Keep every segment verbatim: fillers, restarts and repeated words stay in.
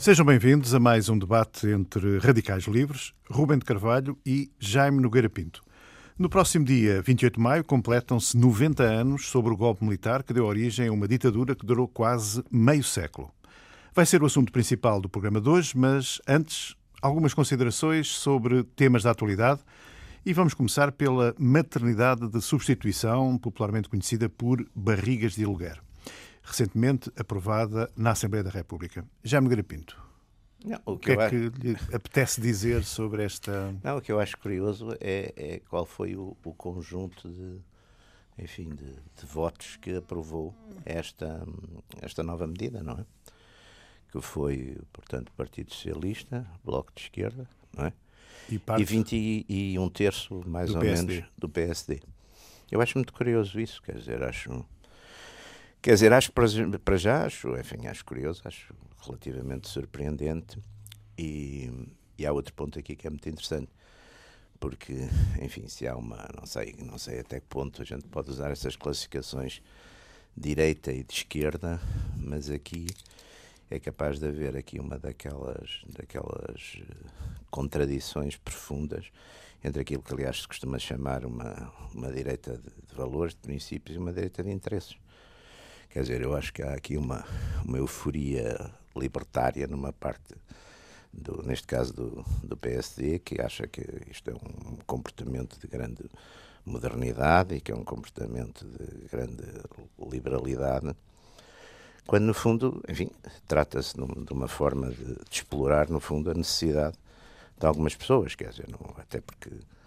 Sejam bem-vindos a mais um debate entre radicais livres, Rubem de Carvalho e Jaime Nogueira Pinto. No próximo dia vinte e oito de maio completam-se noventa anos sobre o golpe militar que deu origem a uma ditadura que durou quase meio século. Vai ser o assunto principal do programa de hoje, mas antes, algumas considerações sobre temas da atualidade e vamos começar pela maternidade de substituição, popularmente conhecida por barrigas de aluguer, recentemente aprovada na Assembleia da República. Jaime Nogueira Pinto, Não, o que, que, que é acho... que lhe apetece dizer sobre esta... Não, o que eu acho curioso é, é qual foi o, o conjunto de, enfim, de, de votos que aprovou esta, esta nova medida, não é? Que foi, portanto, Partido Socialista, Bloco de Esquerda, não é? E, parte e vinte e um terço, mais ou P S D. menos, do P S D. Eu acho muito curioso isso, quer dizer, acho... Quer dizer, acho para, para já, acho, enfim, acho curioso, acho relativamente surpreendente e, e há outro ponto aqui que é muito interessante, porque, enfim, se há uma, não sei, não sei até que ponto a gente pode usar essas classificações de direita e de esquerda, mas aqui é capaz de haver aqui uma daquelas, daquelas contradições profundas entre aquilo que, aliás, se costuma chamar uma, uma direita de, de valores, de princípios e uma direita de interesses. Quer dizer, eu acho que há aqui uma, uma euforia libertária numa parte, do, neste caso do, do P S D, que acha que isto é um comportamento de grande modernidade e que é um comportamento de grande liberalidade, quando no fundo, enfim, trata-se de uma forma de, de explorar, no fundo, a necessidade de algumas pessoas, quer dizer, não, até porque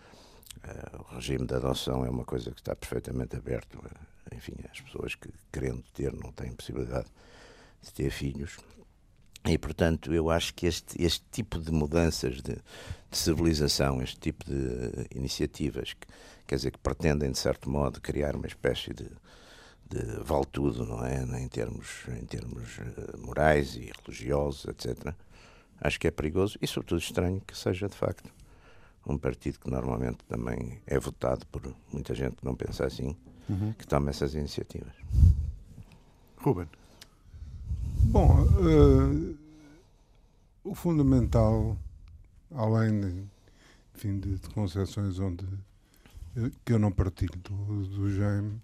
uh, o regime de adoção é uma coisa que está perfeitamente aberto a, enfim, as pessoas que, querendo ter, não têm possibilidade de ter filhos. E, portanto, eu acho que este, este tipo de mudanças de, de civilização, este tipo de iniciativas, que, quer dizer, que pretendem, de certo modo, criar uma espécie de, de vale-tudo, não é? Em termos, em termos morais e religiosos, etcétera, acho que é perigoso e, sobretudo, estranho que seja, de facto, um partido que normalmente também é votado por muita gente que não pensa assim, uhum. que toma essas iniciativas. Rubem. Bom, uh, o fundamental, além de, enfim, de, de concepções onde eu, que eu não partilho do, do Jaime,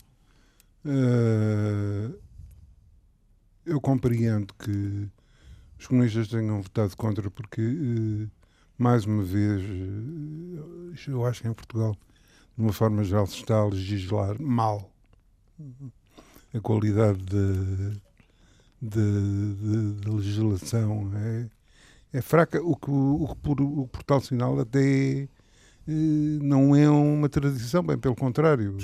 uh, eu compreendo que os comunistas tenham votado contra porque, uh, mais uma vez, uh, eu acho que em Portugal, de uma forma geral, se está a legislar mal. A qualidade de, de, de, de legislação é, é fraca, o que, o que por, o, por tal sinal até não é uma tradição, bem pelo contrário.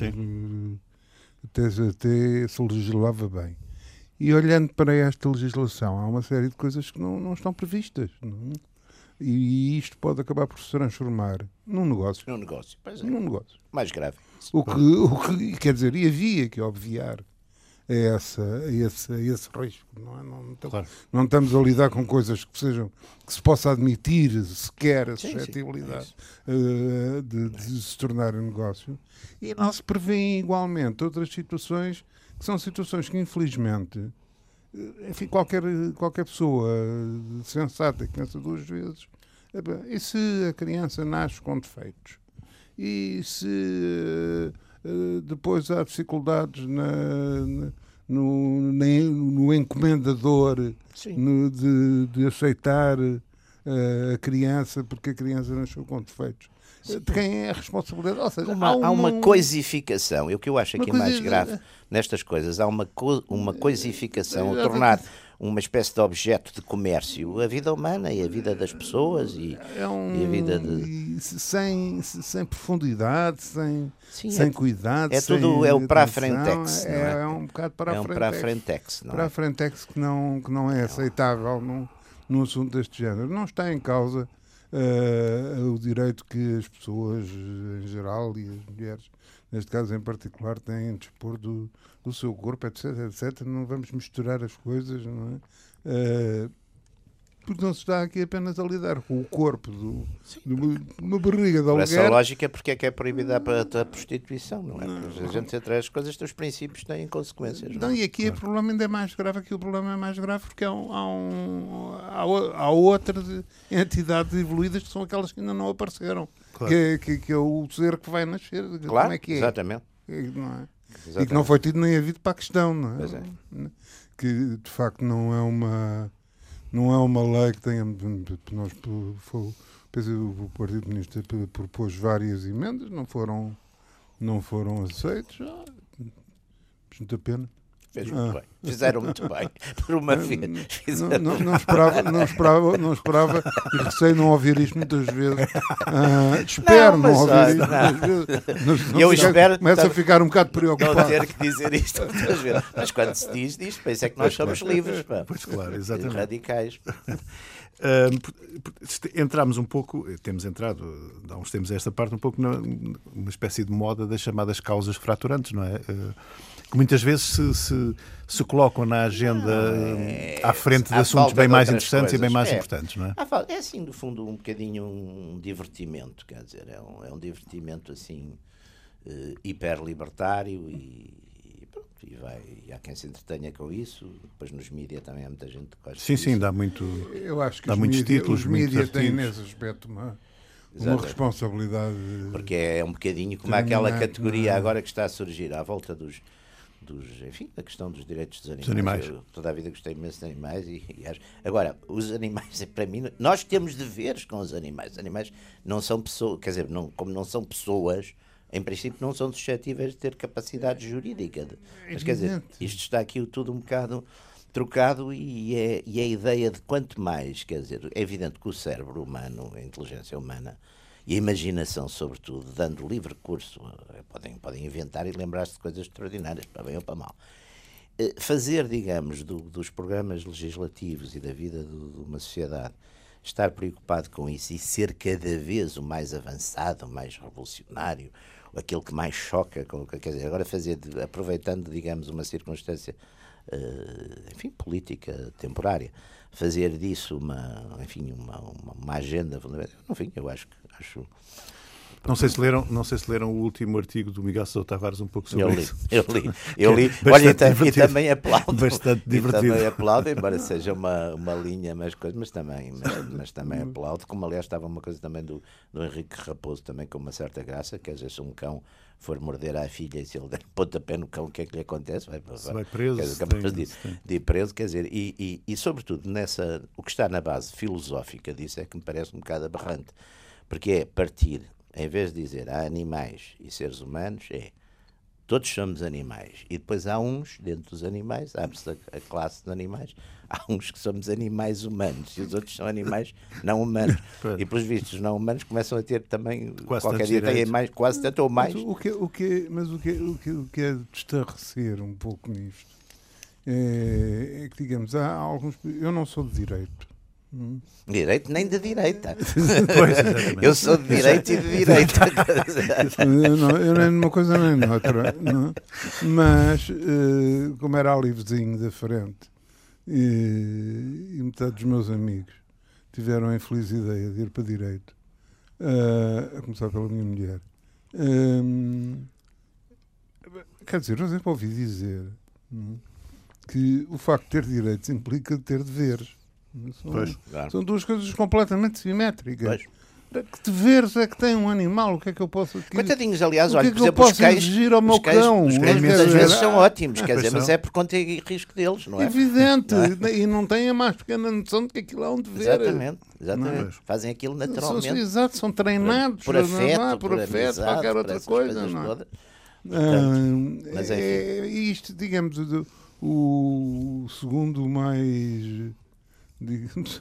Até, até se legislava bem. E olhando para esta legislação, há uma série de coisas que não, não estão previstas. Não? E isto pode acabar por se transformar num negócio. Num negócio, pois é. Num negócio. Mais grave. O que, o que, quer dizer, e havia que obviar a, essa, a, esse, a esse risco. Não, é? não, então, claro. Não estamos a lidar com coisas que, sejam, que se possa admitir sequer a suscetibilidade sim, sim. Uh, de, de se tornar um negócio. E não se prevêem igualmente outras situações que são situações que, infelizmente, enfim, qualquer, qualquer pessoa sensata que pensa duas vezes, e se a criança nasce com defeitos? E se uh, depois há dificuldades na, na, no, na, no encomendador no, de, de aceitar uh, a criança porque a criança nasceu com defeitos? Sim. De quem é a responsabilidade? Ou seja, uma, há, uma... há uma coisificação. E o que eu acho aqui coisa... mais grave nestas coisas, há uma, co... uma coisificação, a tornar uma espécie de objeto de comércio a vida humana e a vida das pessoas e, é um... e a vida de... Sem, sem profundidade, sem, Sim, sem é, cuidado. É sem tudo, é o para a atenção, frentex. É, é? é um bocado para é a um frentex. Para a frentex, não para é? a frentex que não, que não é aceitável num, num assunto deste género. Não está em causa uh, o direito que as pessoas em geral e as mulheres, neste caso em particular, têm de dispor do, do seu corpo, etc, etcétera. Não vamos misturar as coisas, não é? Uh, porque não se está aqui apenas a lidar com o corpo do, do, uma barriga de Por aluguer. essa lógica, porque é que é proibida a, a prostituição, não é? Porque a gente entre as coisas, os princípios têm consequências. Não, não, e aqui o problema ainda é mais grave, aqui o problema é mais grave porque há, um, há, um, há, há outras entidades evoluídas que são aquelas que ainda não apareceram. Claro. Que, que, que é o ser que vai nascer. Claro, como é que é? Exatamente. Não é? Exatamente. E que não foi tido nem havido para a questão, não é? Pois é. Que de facto não é uma não é uma lei que tenha nós foi, o Partido Comunista propôs várias emendas, não foram não foram aceitos. Ah, muita pena. Fez muito ah. bem. Fizeram muito bem. Por uma vez. Não, não, não, esperava, não, esperava, não esperava e receio não ouvir isto muitas vezes. Ah, espero não, não ouvir olha, isto não. muitas vezes. Não, não Eu ficar, espero. Começa a ficar um bocado preocupado. Não ter que dizer isto muitas vezes. Mas quando se diz, diz, pensa é que nós somos livres. Pá. Pois claro, exatamente. Radicais. Uh, entramos um pouco, temos entrado há uns tempos a esta parte, um pouco numa espécie de moda das chamadas causas fraturantes, não é? Uh, que muitas vezes se, se, se colocam na agenda não, é, à frente de assuntos bem mais interessantes coisas. e bem mais é, importantes, não é? É assim, no fundo, um bocadinho um divertimento, quer dizer, é um, é um divertimento assim uh, hiper-libertário e E, vai, e há quem se entretenha com isso. Depois nos mídias também há muita gente que gosta Sim, disso. sim, dá muito. Eu acho que dá os muitos mídia, títulos, os mídias têm artigos. nesse aspecto uma, uma responsabilidade. Porque é um bocadinho como aquela categoria agora que está a surgir à volta dos, dos enfim, da questão dos direitos dos animais. Dos animais. Eu, toda a vida gostei imenso de animais e, e acho... Agora, os animais, para mim, nós temos deveres com os animais. Os animais não são pessoas, quer dizer, não, como não são pessoas, em princípio não são suscetíveis de ter capacidade jurídica. De, mas quer dizer, isto está aqui tudo um bocado trocado e é, e é a ideia de quanto mais, quer dizer, é evidente que o cérebro humano, a inteligência humana e a imaginação, sobretudo, dando livre curso, podem, podem inventar e lembrar-se de coisas extraordinárias, para bem ou para mal. Fazer, digamos, do, dos programas legislativos e da vida do, de uma sociedade, estar preocupado com isso e ser cada vez o mais avançado, o mais revolucionário, aquele que mais choca, quer dizer, agora fazer, aproveitando, digamos, uma circunstância, uh, enfim, política temporária, fazer disso uma, enfim, uma, uma, uma agenda, enfim, eu acho que acho. Não sei, se leram, não sei se leram o último artigo do Miguel Sousa Tavares um pouco sobre eu li, isso. Eu li, eu li. Olha, e, e também aplaudo. Bastante divertido. E também aplaudo, embora seja uma, uma linha, mais coisa, mas também, mas, mas também aplaudo. Como aliás estava uma coisa também do, do Henrique Raposo, também com uma certa graça, que às vezes um cão for morder à filha e se ele der pontapé no cão, o que é que lhe acontece? Vai, vai, vai preso. Quer dizer, tem, de, de ir preso, quer dizer, e, e, e sobretudo nessa, o que está na base filosófica disso é que me parece um bocado aberrante, porque é partir. Em vez de dizer há animais e seres humanos, é todos somos animais. E depois há uns, dentro dos animais, abre-se a, a classe de animais, há uns que somos animais humanos e os outros são animais não humanos. E pelos vistos, os não humanos começam a ter também, quase qualquer dia têm mais, quase tanto ou mais. Mas o que, o que, mas o que, o que, o que é de estarrecer um pouco nisto é, é que, digamos, há alguns. Eu não sou de direito. Hum. Direito nem de direita. Pois, eu sou de direito e de direita. eu, não, eu nem numa coisa nem noutra. Não? Mas, uh, como era ali vizinho da frente, e, e metade dos meus amigos tiveram a infeliz ideia de ir para direito, uh, a começar pela minha mulher. Um, quer dizer, eu sempre ouvi dizer hum, que o facto de ter direitos implica ter deveres. São, pois, claro. São duas coisas completamente simétricas. Pois. Que deveres é que tem um animal? O que é que eu posso... Que, Coitadinhos, aliás, olha, é por exemplo, os cães... exigir ao meu os cães, cão? Os cães muitas vezes são ótimos, quer dizer, são. mas é por conta e risco deles, não é? Evidente, não é? E não têm a mais pequena noção de que aquilo é um dever. Exatamente, exatamente. É? Fazem aquilo naturalmente. São, exato, são treinados por, por afeto, não é? por, por afeto, amizade, qualquer por outra coisa. Não é? Portanto, ah, mas é, isto, digamos, o, o segundo mais... digamos,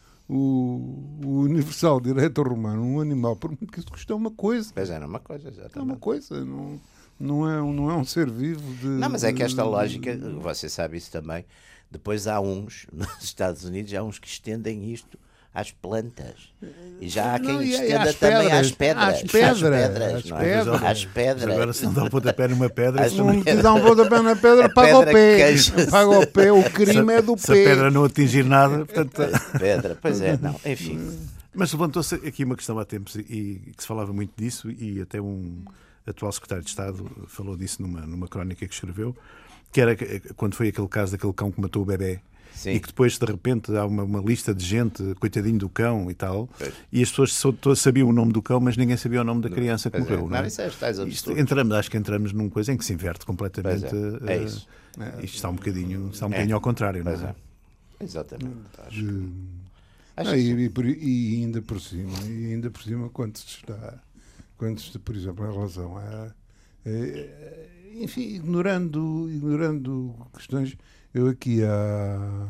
o, o universal direito romano, um animal, por muito que isso custa uma coisa. Pois é, não é uma coisa, exatamente. É uma coisa, não, não, é, não é um ser vivo de... Não, mas é que esta de, lógica, você sabe isso também, depois há uns, nos Estados Unidos, há uns que estendem isto às plantas. E já há quem Não, e estenda às também pedras, às pedras. às pedras, às pedras, às não é? pedras. Às pedras. Agora, se não dá um pontapé numa pedra, Às isso Não também- pedras. te dá um pontapé na pedra, A paga o pedra pé. queixa-se. Paga o pé, o crime é do se a pé. pedra não atingir nada, portanto... Pedra, pois é, não, enfim. Mas levantou-se aqui uma questão há tempos e que se falava muito disso, e até um atual secretário de Estado falou disso numa, numa crónica que escreveu, que era quando foi aquele caso daquele cão que matou o bebé. Sim. E que depois, de repente, há uma, uma lista de gente, coitadinho do cão e tal, Pois. e as pessoas só- todas sabiam o nome do cão, mas ninguém sabia o nome da criança que Pois é. morreu. Não é? Não, isso é os tais Isto, absurdos. entramos, acho que entramos numa coisa em que se inverte completamente. Pois é, é eh, isso. Isto está um bocadinho, está um É. bocadinho ao contrário, não Pois é? é. Exatamente. Acho, De- acho Ah, que e, e por- e ainda por cima, e ainda por cima, quando se está, quando se, por exemplo, em relação a, eh, enfim, ignorando, ignorando questões, eu aqui há,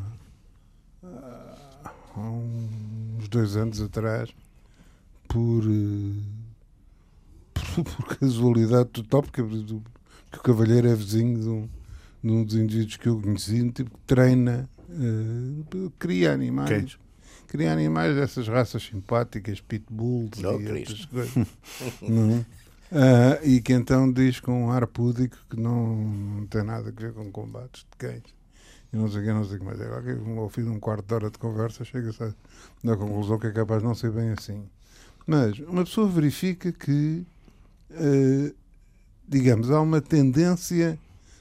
há uns dois anos atrás, por, eh, por, por casualidade total, porque, porque o Cavalheiro é vizinho de um, de um dos indivíduos que eu conheci, um tipo que treina, eh, cria animais. Cães. Cria animais dessas raças simpáticas, pitbulls Oh, e Cristo. outras coisas. Não é? Ah, e que então diz com um ar púdico que não, não tem nada a ver com combates de cães. E não sei o que, não sei o que mais. Agora, que ao fim de um quarto de hora de conversa, chega-se à à conclusão que é capaz de não ser bem assim. Mas uma pessoa verifica que, eh, digamos, há uma tendência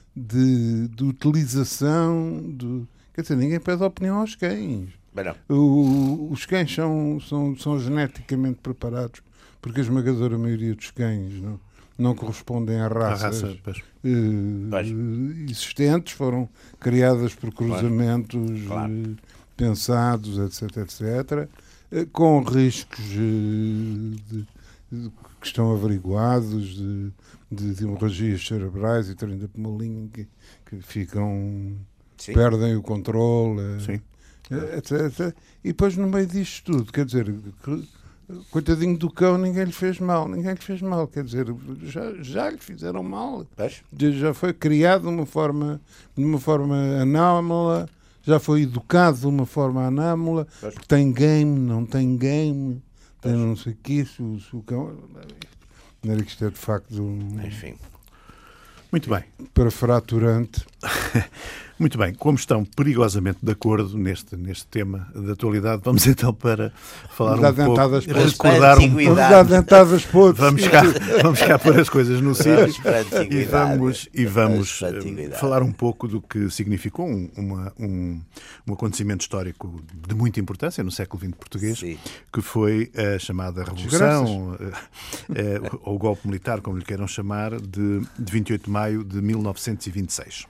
de, de utilização. De, quer dizer, ninguém pede opinião aos cães. Bem, não. O- os cães são, são, são geneticamente preparados, porque a esmagadora maioria dos cães não, não correspondem a A raças raça, pois. eh, Pois. existentes, foram criadas por cruzamentos Claro. eh, pensados, etc, etc, eh, com riscos eh, de- de- que estão averiguados de, de, de hemorragias cerebrais e trem de pomolinho que, que ficam, Sim. perdem o controle. eh, Sim. etc, etcétera. E depois, no meio disto tudo, quer dizer, que- coitadinho do cão, ninguém lhe fez mal, ninguém lhe fez mal, quer dizer, já, já lhe fizeram mal, Pois? já foi criado de uma forma, de uma forma anómala, já foi educado de uma forma anómala, Pois. porque tem game, não tem game, tem não sei o que, se o, se o cão. Não era que isto é de facto um, Enfim. Muito bem. para fraturante. Muito bem, como estão perigosamente de acordo neste, neste tema da atualidade, vamos então para falar Vamos um dar pouco, dentadas podres. recordar um Antiguidade. Vamos dar dentadas podres. vamos cá, vamos cá pôr as coisas no sítio Vamos para a e antiguidade. vamos, e vamos Vamos para a eh, antiguidade. falar um pouco do que significou um, uma- um, um acontecimento histórico de muita importância no século vinte português, Sim. que foi a chamada Revolução, eh, eh, ou o golpe militar, como lhe queiram chamar, de, de vinte e oito de maio de mil novecentos e vinte e seis.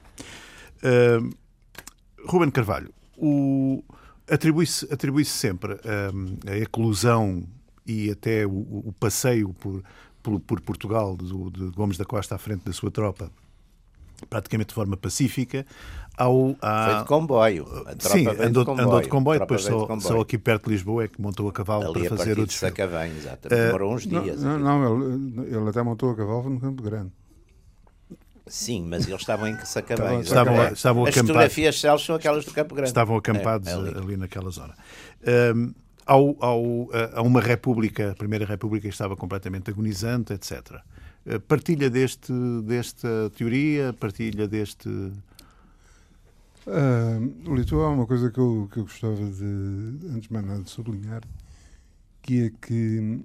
Uh, Ruben Carvalho, o- atribui-se atribui-se sempre um, a eclosão e até o, o passeio por, por, por Portugal do, de Gomes da Costa à frente da sua tropa, praticamente de forma pacífica, ao... à- Foi de comboio. A tropa Sim, veio andou, de comboio. andou de comboio, A tropa depois veio de só, comboio. só aqui perto de Lisboa é que montou a cavalo Ali para a fazer partir o de desfile. Sacavém, exatamente. Demorou uns dias. Não, não, ele, ele até montou a cavalo no Campo Grande. Sim, mas eles estavam em Sacavém. Estavam- exatamente. estavam As acampados. fotografias céus são aquelas do Campo Grande. Estavam acampados É, ali. ali naquela zona. Um, ao, ao, a uma república, a primeira república estava completamente agonizante, etcétera. Uh, Partilha deste, desta teoria, partilha deste... Ah, Lito, há uma coisa que eu, que eu gostava de, antes de mais nada, de sublinhar, que é que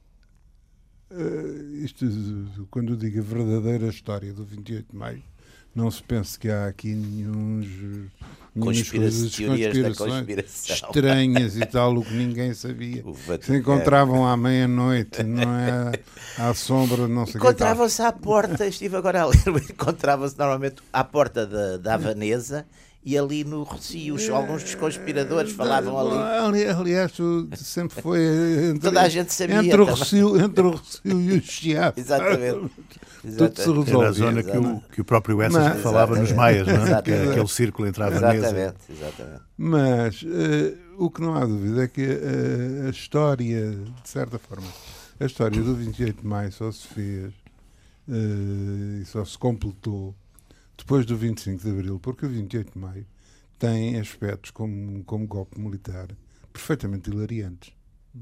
ah, isto, quando eu digo a verdadeira história do vinte e oito de maio, não se pense que há aqui nenhuns, nenhumas Conspira- coisas, teorias da conspirações conspiração. estranhas e tal, o que ninguém sabia. O Se Vaticano. encontravam à meia-noite, não é? À sombra, não sei o que. Encontravam-se à porta, estive agora a ler, encontravam-se normalmente à porta da, da Avanesa e ali no Recio, alguns dos conspiradores falavam ali. Ali, aliás, tu sempre foi entre, Toda a gente sabia entre, o também. Recio, entre o Recio e o Chiado. Exatamente. Tudo se Exatamente. Era a resolve. zona que o, que o próprio Essas Mas- falava nos Maias, não é? Que Exatamente. aquele círculo entre a Veneza. Exatamente, exatamente. Mas eh, o que não há dúvida é que eh, a história, de certa forma, a história do vinte e oito de maio só se fez eh, e só se completou depois do vinte e cinco de abril, porque o vinte e oito de maio tem aspectos como, como golpe militar perfeitamente hilariantes.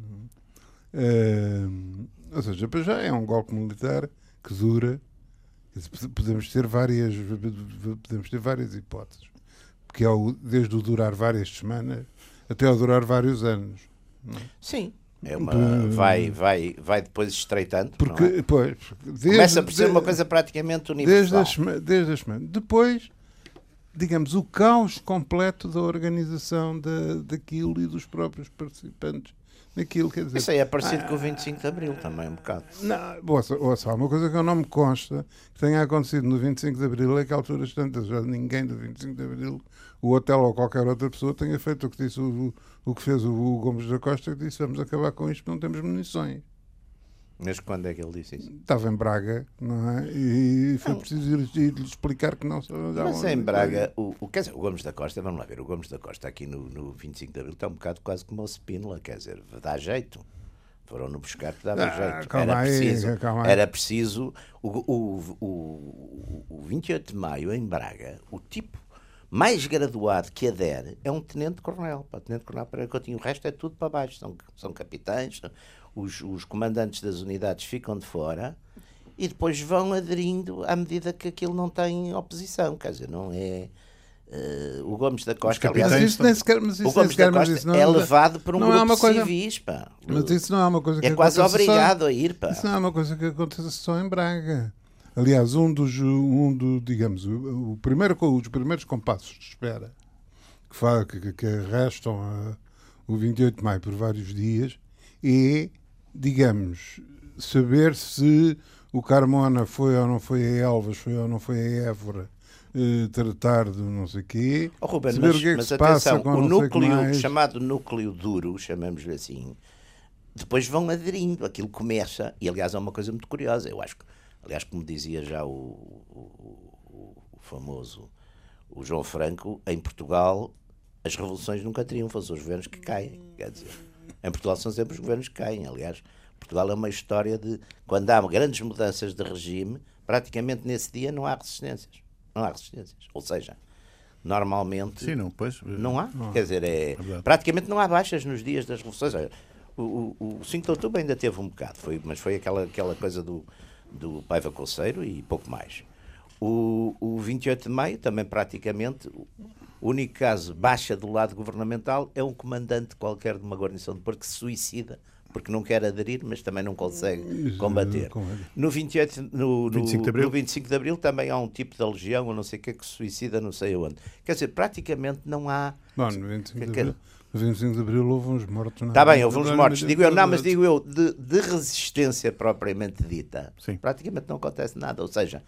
Uh, ou seja, para já é um golpe militar que dura. Podemos ter várias, podemos ter várias hipóteses, porque é o, desde o durar várias semanas até ao durar vários anos. Não é? Sim. É uma, vai, vai, vai depois estreitando. Porque, não é? Pois, desde, começa por ser desde, uma coisa praticamente universal. Desde as, desde as semanas. Depois, digamos, o caos completo da organização da, daquilo e dos próprios participantes naquilo. Quer dizer, isso aí é parecido ah, com o vinte e cinco de Abril também, um bocado. Não, ouça, ouça, uma coisa que eu não me consta que tenha acontecido no vinte e cinco de Abril é que, a alturas tantas, já ninguém do vinte e cinco de Abril, o hotel ou qualquer outra pessoa tenha feito o que disse o, o que fez o, o Gomes da Costa, que disse: vamos acabar com isto porque não temos munições. Mas quando é que ele disse isso? Estava em Braga, não é? E foi não. preciso ir-lhe explicar que não se Mas em Braga, o, o, quer dizer, o Gomes da Costa, vamos lá ver, o Gomes da Costa aqui no, no vinte e cinco de Abril está um bocado quase como o Spínola, quer dizer, dá jeito. Foram-no buscar que dava ah, jeito. Era aí, preciso, era preciso o, o, o, o vinte e oito de Maio em Braga, o tipo mais graduado que adere é um tenente-coronel. O tenente-coronel Pereira Coutinho, o resto é tudo para baixo, são, são capitães, os, os comandantes das unidades ficam de fora e depois vão aderindo à medida que aquilo não tem oposição, quer dizer, não é... Uh, o Gomes da Costa, aliás, mas isso nem sequer, mas isso o Gomes sequer, da Costa não, é levado por um não grupo é uma coisa, de civis, pá. Mas isso não é uma coisa que é quase obrigado só, a ir, pá. Isso não é uma coisa que acontece só em Braga. Aliás, um dos, um do, digamos, o, o primeiro, os primeiros compassos de espera que, faz, que, que arrastam a, o vinte e oito de Maio por vários dias é, digamos, saber se o Carmona foi ou não foi a Elvas, foi ou não foi a Évora, Uh, tratar de não sei quê, oh, Ruben, saber mas, o que é que mas se atenção, passa com o núcleo, o chamado núcleo duro, chamamos-lhe assim, depois vão aderindo, aquilo começa, e aliás é uma coisa muito curiosa, eu acho que, aliás, como dizia já o, o, o, o famoso o João Franco, em Portugal as revoluções nunca triunfam, são os governos que caem, quer dizer, em Portugal são sempre os governos que caem, aliás, Portugal é uma história de, quando há grandes mudanças de regime, praticamente nesse dia não há resistências. Não há resistências. Ou seja, normalmente Sim, não, pois, não há. Não há. Quer dizer, é, é praticamente não há baixas nos dias das revoluções. Olha, o, o, o cinco de outubro ainda teve um bocado, foi, mas foi aquela, aquela coisa do, do Paiva Conceiro e pouco mais. O, o vinte e oito de Maio também praticamente, o único caso baixa do lado governamental é um comandante qualquer de uma guarnição de Porto que se suicida porque não quer aderir, mas também não consegue combater. No, vinte e oito, no, no, vinte e cinco de Abril. no vinte e cinco de Abril também há um tipo de legião, ou não sei o que, que se suicida não sei onde. Quer dizer, praticamente não há... Bom, no vinte e cinco de Abril, no vinte e cinco de Abril houve uns mortos. Está bem, houve uns mortos. Digo eu, não, mas digo eu, de, de resistência propriamente dita, Sim. praticamente não acontece nada. Ou seja,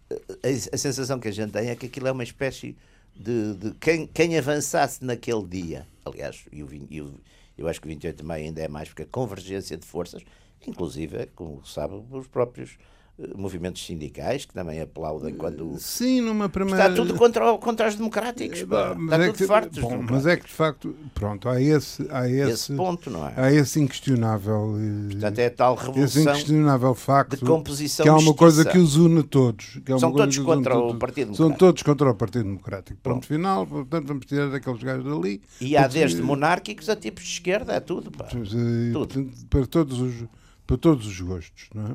a, a sensação que a gente tem é que aquilo é uma espécie de... de quem, quem avançasse naquele dia, aliás, e o... E o eu acho que o vinte e oito de Maio ainda é mais porque a convergência de forças, inclusive, como sabe, os próprios uh, movimentos sindicais, que também aplaudem quando... Sim, numa primeira... Está tudo contra, contra os democráticos, pá. Mas Está é tudo que, farto. bom, mas é que, de facto, pronto, há esse... Há esse, esse ponto, não é? Há esse inquestionável... Portanto, é a tal revolução esse inquestionável facto de composição que há uma mestiça. coisa que os une todos. Que é uma São coisa todos que contra todos, o Partido São Democrático. todos contra o Partido Democrático. Ponto final. Portanto, vamos tirar aqueles gajos dali. E há porque, desde monárquicos a tipos de esquerda, é tudo, pá. E, Tudo. portanto, para, todos os, para todos os gostos, não é?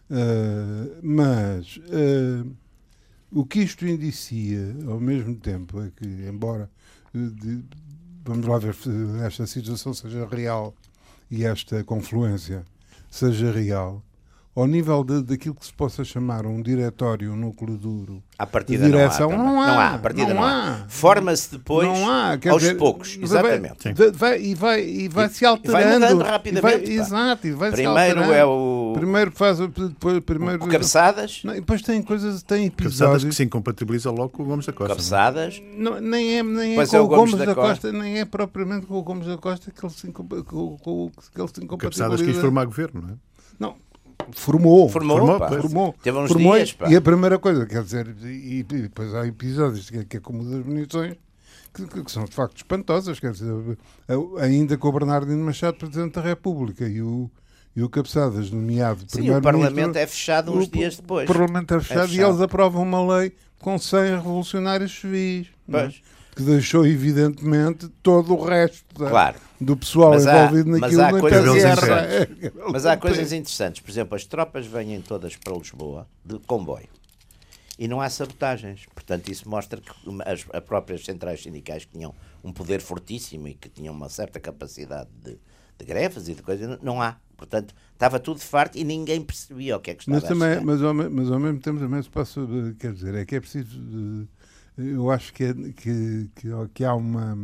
Uh, mas uh, o que isto indicia ao mesmo tempo é que, embora uh, de, vamos lá ver se esta situação seja real e esta confluência seja real, ao nível de, daquilo que se possa chamar um diretório, um núcleo duro, à partida de direção, não há. Não há, não há, à partida não não há. há. Forma-se depois não há, quer aos dizer, poucos, exatamente. Vai, vai, e vai, e vai E- se alterando. e vai mudando rapidamente, E vai, pá. exato, e vai Primeiro se alterando. é o, Primeiro faz o- depois, primeiro, o cabeçadas, Não, e depois tem coisas, tem Cabeçadas episódios. que se incompatibiliza logo com o Gomes da Costa. cabeçadas, Não, nem é, nem é Pois com é, o o Gomes Gomes da da Costa, nem é propriamente com o Gomes da Costa que ele se, incompa- com, com, que ele se Cabeçadas quis incompatibiliza. formar governo, não é? Não, formou. formou, Formou, pá. pois. Formou, Teve uns formou dias, pá. e a primeira coisa, quer dizer, e, e depois há episódios que, que é como o das munições, que, que, que são de facto espantosas, quer dizer, ainda com o Bernardino Machado, Presidente da República, e o, e o Cabeçadas, nomeado Sim, o Primeiro-Ministro. Parlamento é fechado uns o, dias depois. O Parlamento é fechado, É e fechado. eles aprovam uma lei com cem revolucionários civis. não é? Pois. que deixou evidentemente todo o resto da, claro. do pessoal mas há, envolvido naquilo. Mas há, coisas interessantes. mas há coisas interessantes. Por exemplo, as tropas vêm todas para Lisboa de comboio e não há sabotagens. Portanto, isso mostra que as, as próprias centrais sindicais que tinham um poder fortíssimo e que tinham uma certa capacidade de, de greves e de coisas, não há. Portanto, estava tudo farto e ninguém percebia o que é que estava mas também, a chegar. mas, ao, mas ao mesmo tempo também se passa, quer dizer, é que é preciso, eu acho que, é, que, que, que há uma...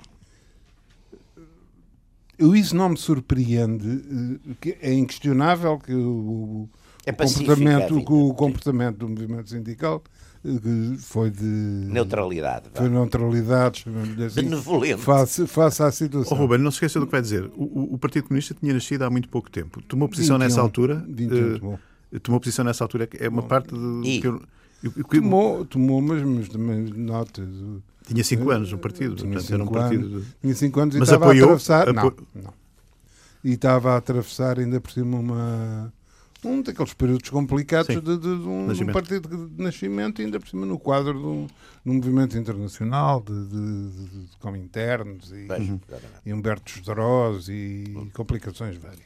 Eu, isso não me surpreende, que é inquestionável que o, é o, comportamento, que o comportamento do movimento sindical que foi de neutralidade, foi neutralidade, assim, benevolente, face, face à situação. Oh, Ruben, não se esqueça do que vai dizer. O, o Partido Comunista tinha nascido há muito pouco tempo. Tomou posição vinte e um, nessa altura. vinte e um, uh, tomou posição nessa altura. É uma bom. parte de. E? Que eu, eu, eu, tomou, tomou, mas, mas também notas. Tinha cinco anos no partido. Tinha Portanto, cinco era um partido. Anos, de... Tinha cinco anos e mas estava apoiou, a atravessar. Apo... Não, não. E estava a atravessar ainda por cima uma. Um daqueles períodos complicados de, de, de, um, de um partido de nascimento, ainda por cima no quadro de um, de um movimento internacional de, de, de, de cominternos e, uhum. e Humberto Esdoroz e uhum. complicações várias.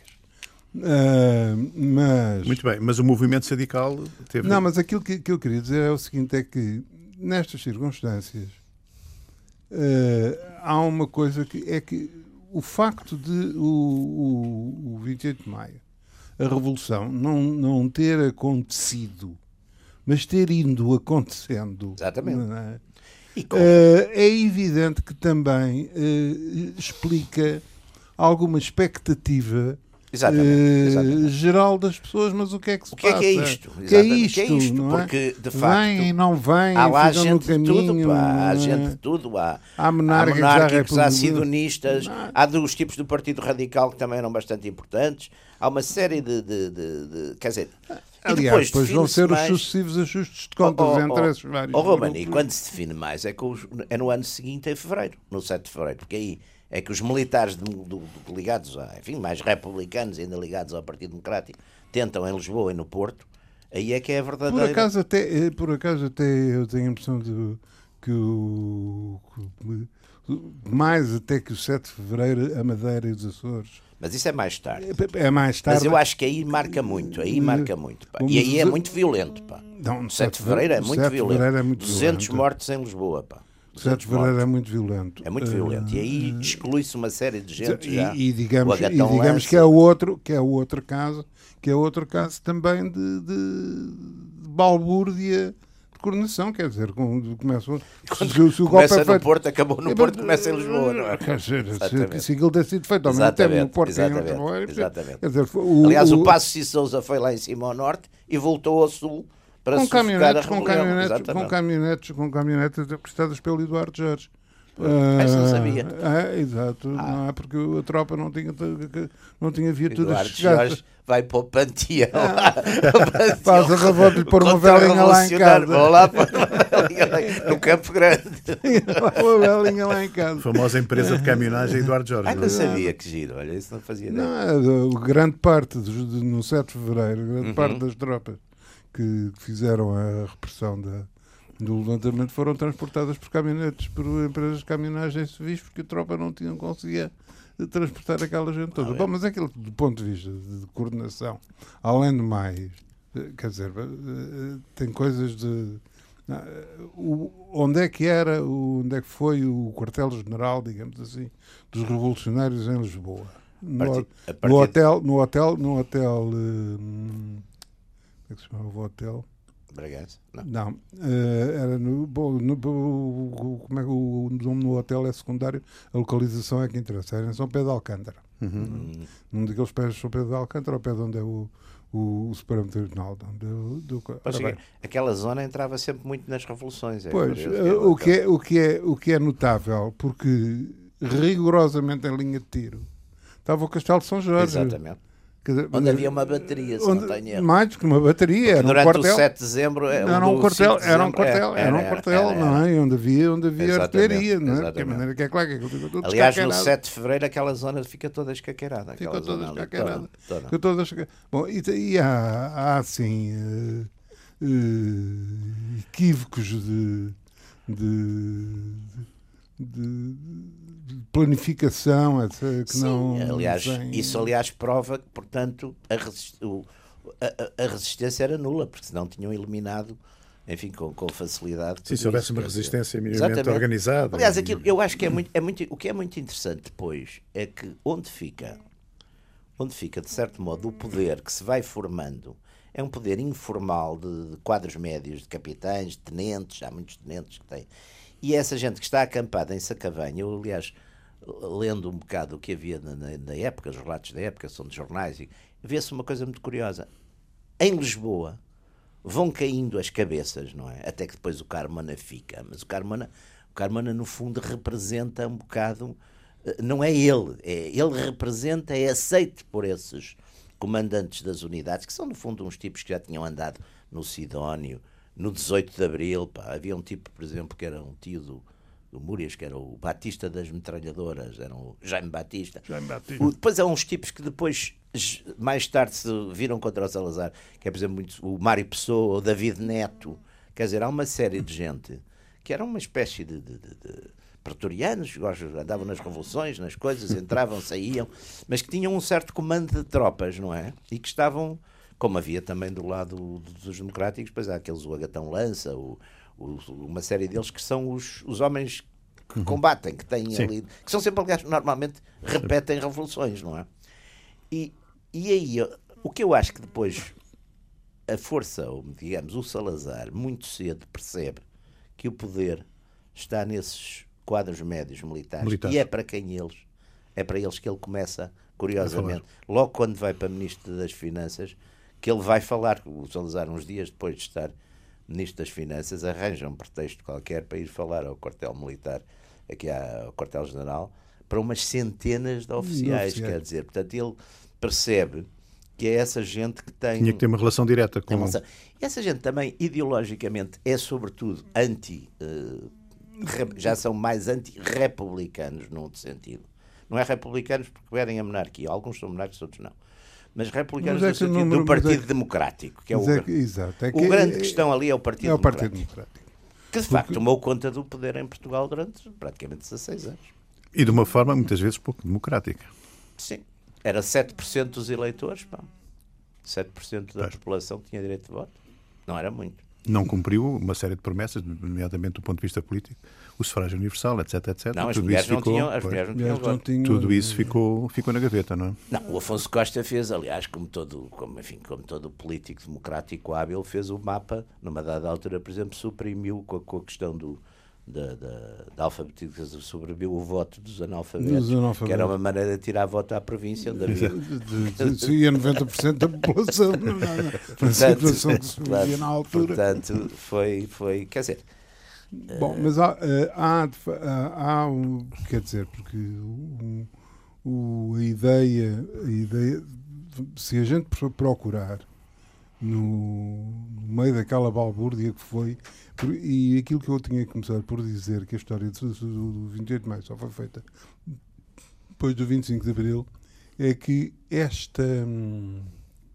Uh, mas... Muito bem, mas o movimento sindical teve... Não, mas aquilo que, que eu queria dizer é o seguinte, é que nestas circunstâncias uh, há uma coisa que é que o facto de o, o, o vinte e oito de maio a Revolução não, não ter acontecido, mas ter ido acontecendo. Exatamente. É? Uh, é evidente que também uh, explica alguma expectativa exatamente, exatamente. Uh, geral das pessoas, mas o que é que se o que passa? É que é isto? O que é isto? Que é isto? Não é? Porque, de facto, vem e não vem, há lá ficam gente no caminho, de tudo, pá. Há é? gente de tudo. Há, há monárquicos, há, monárquicos, há, há sidonistas, há dos tipos do Partido Radical que também eram bastante importantes. Há uma série de... de, de, de quer dizer... Aliás, e depois, depois vão ser mais... os sucessivos ajustes de contas oh, oh, entre oh, esses vários. Oh, Romano, e quando se define mais é, que os, é no ano seguinte, em fevereiro, no sete de fevereiro, porque aí é que os militares de, de, de, ligados a, enfim, mais republicanos, ainda ligados ao Partido Democrático, tentam em Lisboa e no Porto, aí é que é a verdadeira... Por acaso até, por acaso até eu tenho a impressão de que o... Que, mais até que o sete de fevereiro, a Madeira e os Açores... Mas isso é mais tarde. É mais tarde. Mas eu acho que aí marca muito, aí marca muito. Pá. E aí é muito violento, pá. Não, sete de fevereiro é muito violento. É muito duzentos violento. mortos em Lisboa, pá. sete de fevereiro é muito violento. É muito violento. E aí exclui-se uma série de gente já. E, e digamos, e digamos que, é o outro, que é o outro caso, que é outro caso também de, de, de balbúrdia de coordenação, quer dizer, quando começa, quando se, se o começa golpe é no feito, Porto, acabou no Porto, começa em Lisboa, não é? Quer dizer, se, se aquilo ter sido feito ao mesmo tempo no Porto e em Lisboa, exatamente. Quer dizer, o, aliás, o, o Passos de Sousa foi lá em cima ao norte e voltou ao sul para com caminhonetes, com caminhonetes, com caminhonetes, com caminhonetes prestadas pelo Eduardo Jorge. Essa não sabia. É, exato, ah. não é porque a tropa não tinha, não tinha viaturas Eduardo Jorge vai para o Panteão. Ah. Faz a favor de pôr uma velinha lá em casa. Vou lá pôr uma velinha lá, no Campo Grande. Uma velinha lá em casa. A famosa empresa de caminhonagem Eduardo Jorge. Ah, não sabia, que giro, olha, isso não fazia nada. Não, grande parte, no sete de fevereiro, grande uhum. parte das tropas que fizeram a repressão da do levantamento foram transportadas por caminhonetes, por empresas de caminhonagem civis, porque a tropa não tinha, conseguia transportar aquela gente toda. Ah, é. Bom, mas aquilo do ponto de vista de, de coordenação, além de mais, quer dizer, tem coisas de... O, onde é que era, onde é que foi o quartel-general, digamos assim, dos revolucionários em Lisboa? No, partir, partir... no hotel, no hotel, no hotel, hum, como é que se chamava o hotel? Bragança? Não. Não, uh, era no, bom, no, como é que o nome no hotel é secundário, a localização é que interessa, era em São Pedro de Alcântara. Uhum. Num daqueles pés de São Pedro de Alcântara, ao pé de onde é o, o, o Supremo Tribunal. Do, do, seja, aquela zona entrava sempre muito nas revoluções. É pois, uh, o, que é, o, que é, o que é notável, porque rigorosamente em linha de tiro estava o Castelo de São Jorge. Exatamente. Dizer, onde havia uma bateria, se onde, não tenho erro. Mais que uma bateria, era durante um quartel. o sete de dezembro, era um quartel, era um quartel, era um quartel, não é? Onde havia, onde havia artilharia, não é? De maneira que é claro que aquilo ficou tudo aliás, no sete de fevereiro aquela zona fica toda escaqueirada. Fica toda escaqueirada. Toda, toda. Toda. Bom, e, e há, há assim uh, uh, equívocos de, de, de, de planificação, etcétera, que Sim, não... aliás, tem... isso aliás prova que, portanto, a, resist... o, a, a resistência era nula, porque senão tinham eliminado, enfim, com, com facilidade. Sim, se houvesse uma resistência minimamente organizada. Aliás, aquilo, eu acho que é muito, é muito, o que é muito interessante depois é que onde fica, onde fica, de certo modo, o poder que se vai formando é um poder informal de, de quadros médios, de capitães, de tenentes, há muitos tenentes que têm. E essa gente que está acampada em Sacavém, eu, aliás, lendo um bocado o que havia na, na, na época, os relatos da época, são de jornais, e vê-se uma coisa muito curiosa. Em Lisboa vão caindo as cabeças, não é? Até que depois o Carmona fica. Mas o Carmona, o Carmona no fundo, representa um bocado... Não é ele. É, ele representa, é aceito por esses comandantes das unidades, que são, no fundo, uns tipos que já tinham andado no Sidónio, no dezoito de Abril. Pá. Havia um tipo, por exemplo, que era um tio do, do Múrias, que era o Batista das Metralhadoras, era o Jaime Batista. Jaime Batista. O, depois há uns tipos que depois, mais tarde, se viram contra o Salazar, que é, por exemplo, muito, o Mário Pessoa, o David Neto. Quer dizer, há uma série de gente que era uma espécie de... de, de, de pretorianos, andavam nas revoluções, nas coisas, entravam, saíam, mas que tinham um certo comando de tropas, não é? E que estavam, como havia também do lado dos democráticos, pois há aqueles, o Agatão Lança, o, o, uma série deles que são os, os homens que combatem, que têm Sim. ali, que são sempre, aliás, normalmente repetem revoluções, não é? E, e aí, o que eu acho que depois a força, ou digamos, o Salazar, muito cedo percebe que o poder está nesses quadros médios militares, Militares. E é para quem eles, é para eles que ele começa, curiosamente, logo quando vai para Ministro das Finanças, que ele vai falar, o Salazar, uns dias depois de estar Ministro das Finanças, arranja um pretexto qualquer para ir falar ao quartel militar, aqui ao quartel-general, para umas centenas de oficiais, oficiais. quer dizer, portanto ele percebe que é essa gente que tem... Tinha que ter uma relação direta com... Uma relação. E essa gente também, ideologicamente, é sobretudo anti... Uh, já são mais anti-republicanos num outro sentido. Não é republicanos porque querem a monarquia. Alguns são monárquicos, outros não. Mas republicanos Mas é no que o sentido número- do Partido mas é que- Democrático, que é o, Mas é gra- que- exato, é o que grande é- questão ali é o Partido é o Democrático. Partido Democrático. Que de facto tomou conta do poder em Portugal durante praticamente dezasseis anos. E de uma forma, muitas vezes, pouco democrática. Sim. Era sete por cento dos eleitores, pá. sete por cento da Pois. população que tinha direito de voto. Não era muito. Não cumpriu uma série de promessas, nomeadamente do ponto de vista político, o sufrágio universal, etc, etcétera. Não, as Tudo mulheres isso não ficou, tinham, as pois, mulheres não tinham Aliás, não voto. tinham- tudo isso ficou, ficou na gaveta, não é? Não, o Afonso Costa fez, aliás, como todo, como, enfim, como todo político democrático hábil, fez o mapa, numa dada altura, por exemplo, suprimiu com a, com a questão do, da, da, da alfabetização, suprimiu o voto dos analfabetos, Dos analfabetos. que era uma maneira de tirar voto à província, onde havia... De- de- de- E a noventa por cento da população não, não, não. A situação que se vivia na altura. Portanto, foi, foi, quer dizer, Bom, mas há, eh, há, de fa- há, há um- quer dizer, porque o, o- a ideia, a ideia, se a gente pro- procurar no, no meio daquela balbúrdia que foi, por- e aquilo que eu tinha que começar por dizer, que a história do, do, do vinte e oito de maio só foi feita depois do vinte e cinco de abril, é que esta, hum,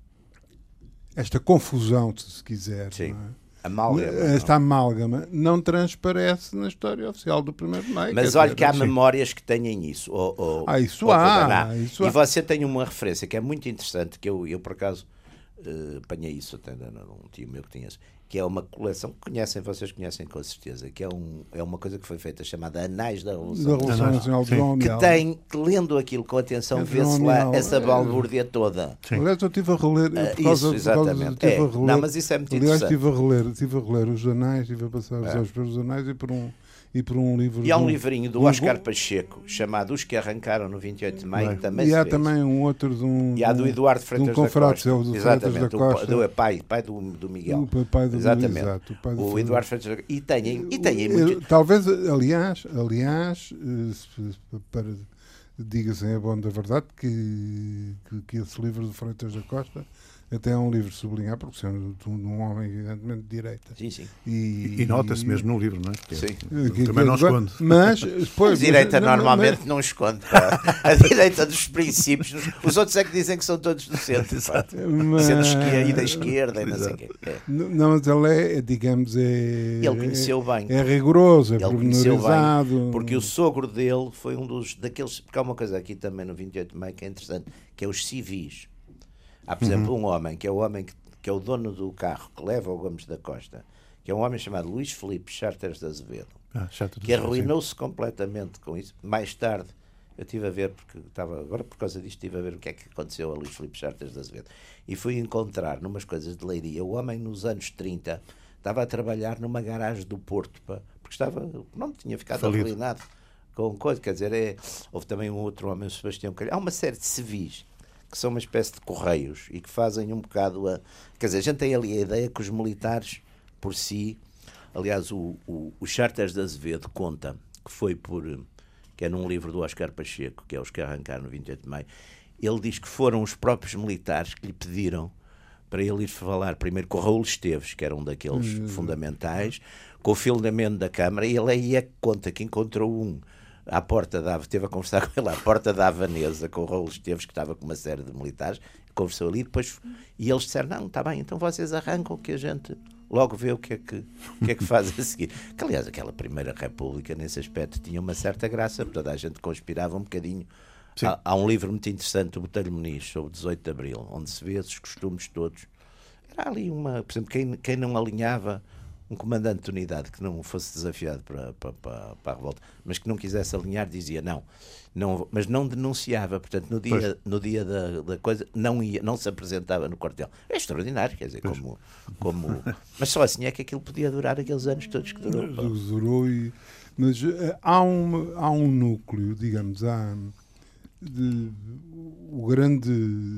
esta confusão, se quiser, Sim. não é? amálgama. Esta amálgama não transparece na história oficial do primeiro de maio. Mas quer olha dizer, que há sim. memórias que tenham isso. Ou, ou, Ah, isso ou há, condenar. isso e há. você tem uma referência que é muito interessante, que eu, eu por acaso, uh, apanhei isso até num tio meu que tinha isso, que é uma coleção que conhecem, vocês conhecem com certeza, que é, um, é uma coisa que foi feita chamada Anais da Da Revolução. Revolução Nacional de João Que Amial. tem, que lendo aquilo com atenção, É vê-se João lá Amial, essa é. balbúrdia toda. Sim. Aliás, eu estive a reler. Ah, por causa, isso, por causa- exatamente. estive É. a reler Não, mas isso é muito aliás, interessante. estive a reler, estive a reler os anais, estive a passar os É. olhos pelos anais e por um, e por um livro. E há de um livrinho do de um- Oscar Pacheco, chamado Os que Arrancaram no vinte e oito de maio, Bem. que também E se há vê também isso. um outro de um. E há do Eduardo de um Freitas da confrade Costa. seu, do Freitas da Exatamente, Costa. o, do pai, pai do, do Miguel. O pai do Exatamente. Exato, o pai do O Freitas. Eduardo Freitas da Costa. E tem, e tem Eu- muito... Talvez, aliás, aliás, eh, se- para diga-se em abono da verdade que, que, que esse livro de Freitas da Costa até é um livro sublinhar, porque sendo de um homem evidentemente de direita. Sim, sim. E, e nota-se mesmo no livro, não é? Porque sim. Que, também não esconde. Mas, pois, a direita mas, normalmente mas, não esconde. Pá. A direita dos princípios. Os outros é que dizem que são todos do centro. Mas, sendo esquerda e da esquerda e não sei o quê. É. Não, mas ele é, digamos, é... Ele conheceu bem. É rigoroso, é ele conheceu bem, pormenorizado. porque o sogro dele foi um dos daqueles... Porque há uma coisa aqui também no vinte e oito de maio que é interessante, que é os civis. Há, por exemplo, uhum. um homem, que é o homem que, que é o dono do carro que leva o Gomes da Costa, que é um homem chamado Luís Filipe Charters de Azevedo, ah, que arruinou-se completamente com isso. Mais tarde, eu estive a ver, porque estava, agora por causa disto, estive a ver o que é que aconteceu a Luís Filipe Charters de Azevedo. E fui encontrar, numas coisas de leiria, o homem nos anos trinta estava a trabalhar numa garagem do Porto, pá, porque estava, não tinha ficado arruinado com coisa. Quer dizer, é, houve também um outro homem, o Sebastião Calhau. Há uma série de civis que são uma espécie de correios e que fazem um bocado a... Quer dizer, a gente tem ali a ideia que os militares, por si... Aliás, o, o, o Charters de Azevedo conta que foi por... que é num livro do Oscar Pacheco, que é Os que Arrancaram no vinte e oito de maio, ele diz que foram os próprios militares que lhe pediram para ele ir falar primeiro com o Raul Esteves, que era um daqueles hum. fundamentais, com o filmamento da Câmara, e ele aí é que conta que encontrou um à porta da... Teve a conversar com ele à porta da Havanesa, com o Raul Esteves, que estava com uma série de militares, conversou ali, depois, e eles disseram, não, está bem, então vocês arrancam que a gente logo vê o que é que, o que, é que faz a seguir. Que, aliás, aquela Primeira República, nesse aspecto, tinha uma certa graça, toda a gente conspirava um bocadinho. Há, há um livro muito interessante do Botelho Muniz, sobre dezoito de abril, onde se vê esses costumes todos. Era ali uma... Por exemplo, quem, quem não alinhava um comandante de unidade que não fosse desafiado para, para, para, para a revolta, mas que não quisesse alinhar, dizia não, não mas não denunciava, portanto no dia, no dia da, da coisa não, ia, não se apresentava no quartel. É extraordinário, quer dizer, como, como... mas só assim é que aquilo podia durar aqueles anos todos que durou. Pá. Durou e... Mas uh, há, um, há um núcleo, digamos, há de, o grande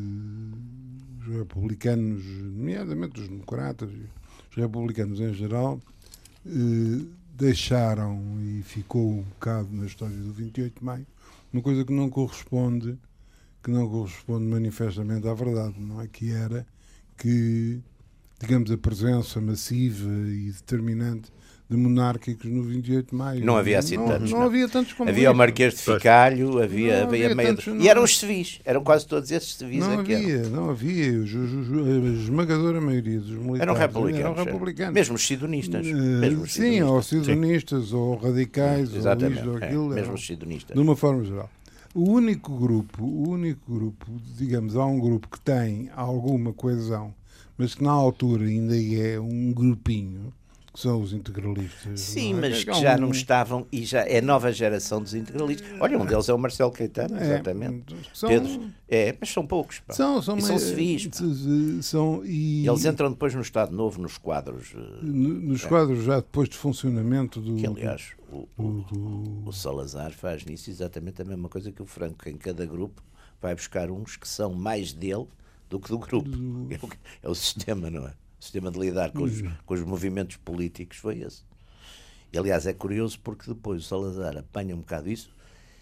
os republicanos, nomeadamente os democratas, os republicanos em geral, eh, deixaram, e ficou um bocado na história do vinte e oito de maio, uma coisa que não corresponde, que não corresponde manifestamente à verdade, não é? Que era que, digamos, a presença massiva e determinante de monárquicos no vinte e oito de maio. Não havia assim não, tantos. Não, não havia tantos como havia o Marquês de Ficalho, havia, havia, havia meio... tantos, E eram os civis, eram quase todos esses civis. Não aqui havia, eram. não havia. Os, os, os, a esmagadora maioria dos militares eram republicanos. Eram republicanos. Mesmo os sidonistas. Uh, mesmo os sim, sidonistas. ou sidonistas, sim. Ou radicais, exatamente, ou isto, ou aquilo. É, mesmo os sidonistas. De uma forma geral. O único grupo, o único grupo, digamos, há um grupo que tem alguma coesão, mas que na altura ainda é um grupinho, que são os integralistas. Sim, não é? mas que já um... não estavam, e já é a nova geração dos integralistas. Olha, um deles é o Marcelo Caetano, é, exatamente. São... Pedro, é, mas são poucos. Pá. São, são, e são civis. São, e... e eles entram depois no Estado Novo, nos quadros. Nos é. quadros já depois de funcionamento do... Que, aliás, o, o, do... o Salazar faz nisso exatamente a mesma coisa que o Franco. Em cada grupo vai buscar uns que são mais dele do que do grupo. Do... É, o, é o sistema, não é? O sistema de lidar com os, com os movimentos políticos foi esse. E, aliás, é curioso porque depois o Salazar apanha um bocado isso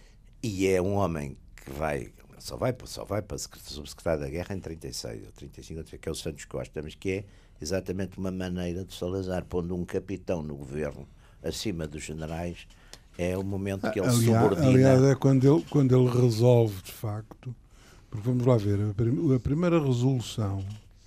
e é um homem que vai, só vai, só vai para subsecretário da Guerra em trinta e seis ou trinta e cinco, que é o Santos Costa, mas que é exatamente uma maneira de Salazar, pondo um capitão no governo acima dos generais, é o momento que ele aliás, subordina. Aliás, é quando ele, quando ele resolve, de facto, porque vamos lá ver, a, a primeira resolução